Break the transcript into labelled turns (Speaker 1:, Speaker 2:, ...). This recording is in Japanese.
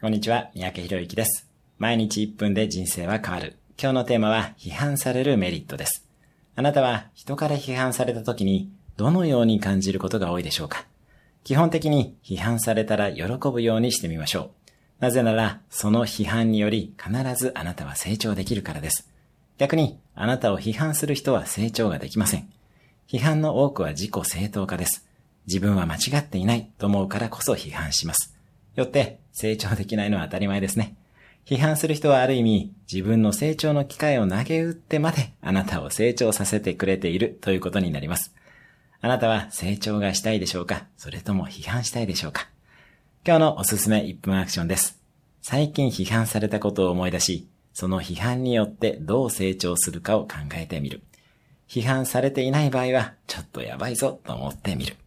Speaker 1: こんにちは、三宅宏之です。毎日1分で人生は変わる。今日のテーマは批判されるメリットです。あなたは人から批判された時にどのように感じることが多いでしょうか？基本的に批判されたら喜ぶようにしてみましょう。なぜなら、その批判により必ずあなたは成長できるからです。逆に、あなたを批判する人は成長ができません。批判の多くは自己正当化です。自分は間違っていないと思うからこそ批判します。よって、成長できないのは当たり前ですね。批判する人はある意味、自分の成長の機会を投げ打ってまであなたを成長させてくれているということになります。あなたは成長がしたいでしょうか？それとも批判したいでしょうか？今日のおすすめ1分アクションです。最近批判されたことを思い出し、その批判によってどう成長するかを考えてみる。批判されていない場合は、ちょっとやばいぞと思ってみる。